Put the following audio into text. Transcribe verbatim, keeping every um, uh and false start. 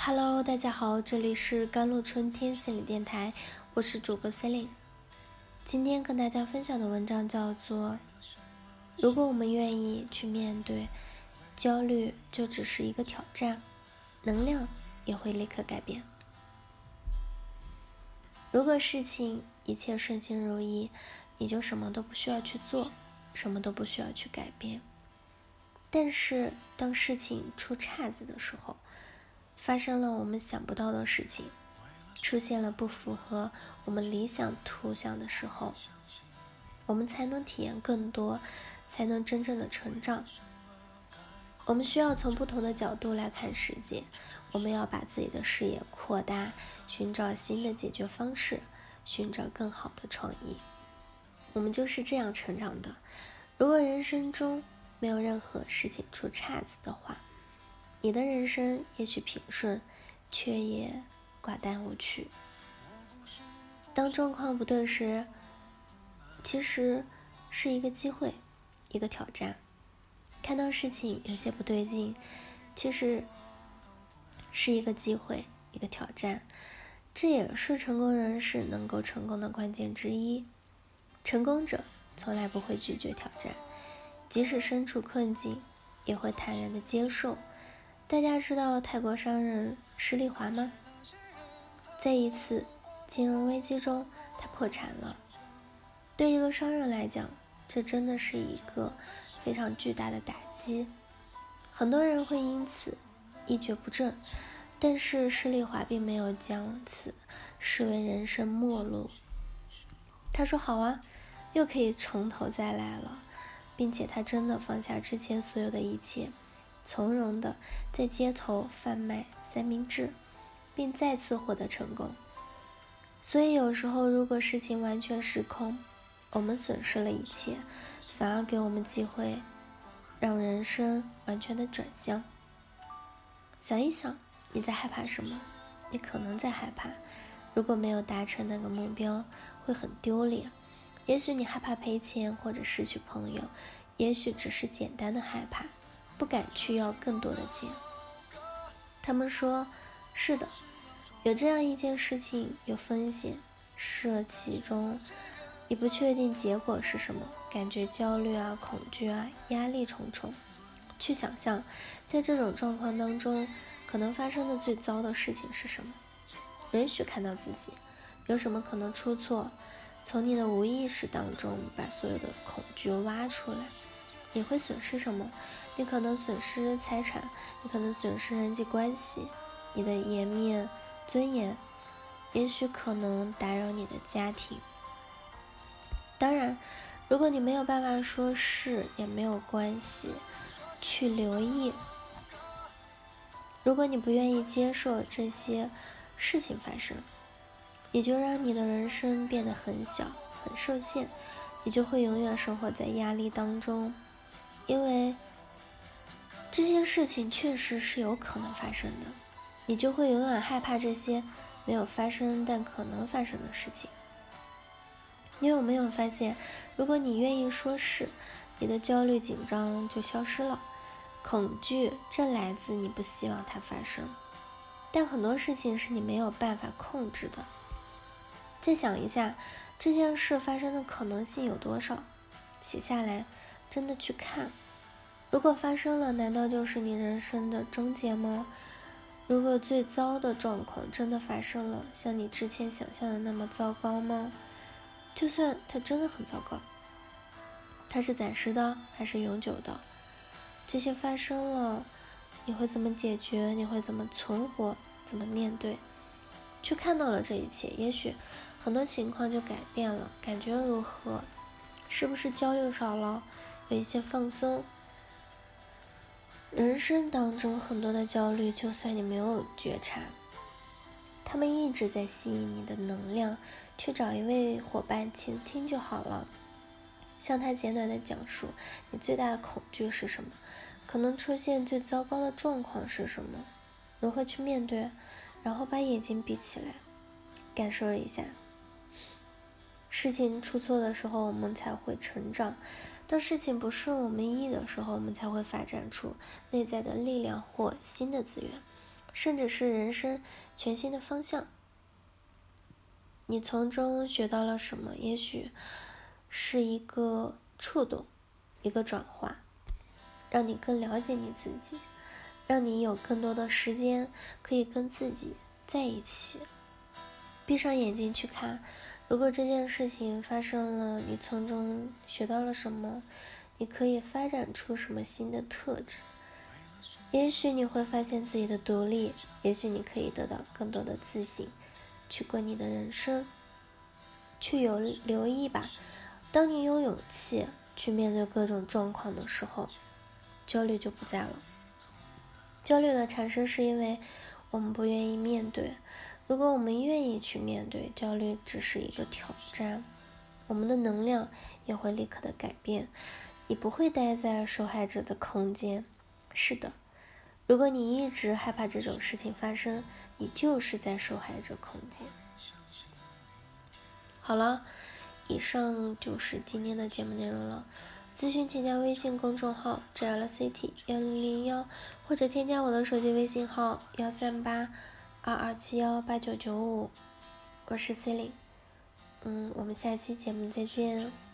Hello，大家好，这里是甘露春天心理电台，我是主播 Celine。今天跟大家分享的文章叫做如果我们愿意去面对，焦虑就只是一个挑战，能量也会立刻改变。如果事情一切顺心如意，你就什么都不需要去做，什么都不需要去改变。但是当事情出岔子的时候，发生了我们想不到的事情，出现了不符合我们理想图像的时候，我们才能体验更多，才能真正的成长。我们需要从不同的角度来看世界，我们要把自己的视野扩大，寻找新的解决方式，寻找更好的创意。我们就是这样成长的。如果人生中没有任何事情出岔子的话，你的人生也许平顺，却也寡淡无趣。当状况不对时，其实是一个机会，一个挑战。看到事情有些不对劲，其实是一个机会，一个挑战。这也是成功人士能够成功的关键之一。成功者从来不会拒绝挑战，即使身处困境，也会坦然的接受。大家知道泰国商人施丽华吗？在一次金融危机中，他破产了。对一个商人来讲，这真的是一个非常巨大的打击。很多人会因此一蹶不振，但是施丽华并没有将此视为人生末路。他说好啊，又可以从头再来了，并且他真的放下之前所有的一切，从容的在街头贩卖三明治，并再次获得成功。所以有时候如果事情完全失控，我们损失了一切，反而给我们机会让人生完全的转向。想一想，你在害怕什么？你可能在害怕如果没有达成那个目标会很丢脸，也许你害怕赔钱或者失去朋友，也许只是简单的害怕，不敢去要更多的钱。他们说是的，有这样一件事情有风险，设其中你不确定结果是什么，感觉焦虑啊、恐惧啊、压力重重。去想象在这种状况当中可能发生的最糟的事情是什么，允许看到自己有什么可能出错，从你的无意识当中把所有的恐惧挖出来。你会损失什么？你可能损失财产，你可能损失人际关系，你的颜面、尊严，也许可能打扰你的家庭。当然，如果你没有办法说是也没有关系，去留意。如果你不愿意接受这些事情发生，你就让你的人生变得很小很受限，你就会永远生活在压力当中，因为这些事情确实是有可能发生的，你就会永远害怕这些没有发生但可能发生的事情。你有没有发现，如果你愿意说是，你的焦虑紧张就消失了。恐惧这来自你不希望它发生，但很多事情是你没有办法控制的。再想一下，这件事发生的可能性有多少？写下来，真的去看。如果发生了，难道就是你人生的终结吗？如果最糟的状况真的发生了，像你之前想象的那么糟糕吗？就算它真的很糟糕，它是暂时的还是永久的？这些发生了，你会怎么解决？你会怎么存活？怎么面对？去看到了这一切，也许很多情况就改变了。感觉如何？是不是焦虑少了？有一些放松？人生当中很多的焦虑，就算你没有觉察，他们一直在吸引你的能量，去找一位伙伴倾听就好了。向他简短的讲述你最大的恐惧是什么，可能出现最糟糕的状况是什么，如何去面对，然后把眼睛闭起来，感受一下。事情出错的时候，我们才会成长；当事情不顺我们意的时候，我们才会发展出内在的力量或新的资源。 甚至是人生全新的方向。你从中学到了什么？也许是一个触动，一个转化，让你更了解你自己，让你有更多的时间可以跟自己在一起。闭上眼睛去看，如果这件事情发生了，你从中学到了什么？你可以发展出什么新的特质？也许你会发现自己的独立，也许你可以得到更多的自信，去过你的人生。去有留意吧，当你有勇气去面对各种状况的时候，焦虑就不在了。焦虑的产生是因为我们不愿意面对，如果我们愿意去面对，焦虑只是一个挑战，我们的能量也会立刻的改变。你不会待在受害者的空间。是的，如果你一直害怕这种事情发生，你就是在受害者空间。好了，以上就是今天的节目内容了。咨询请加微信公众号 J L C T 一零零一，或者添加我的手机微信号幺三八二二七幺八九九五，我是 Celine。嗯，我们下期节目再见。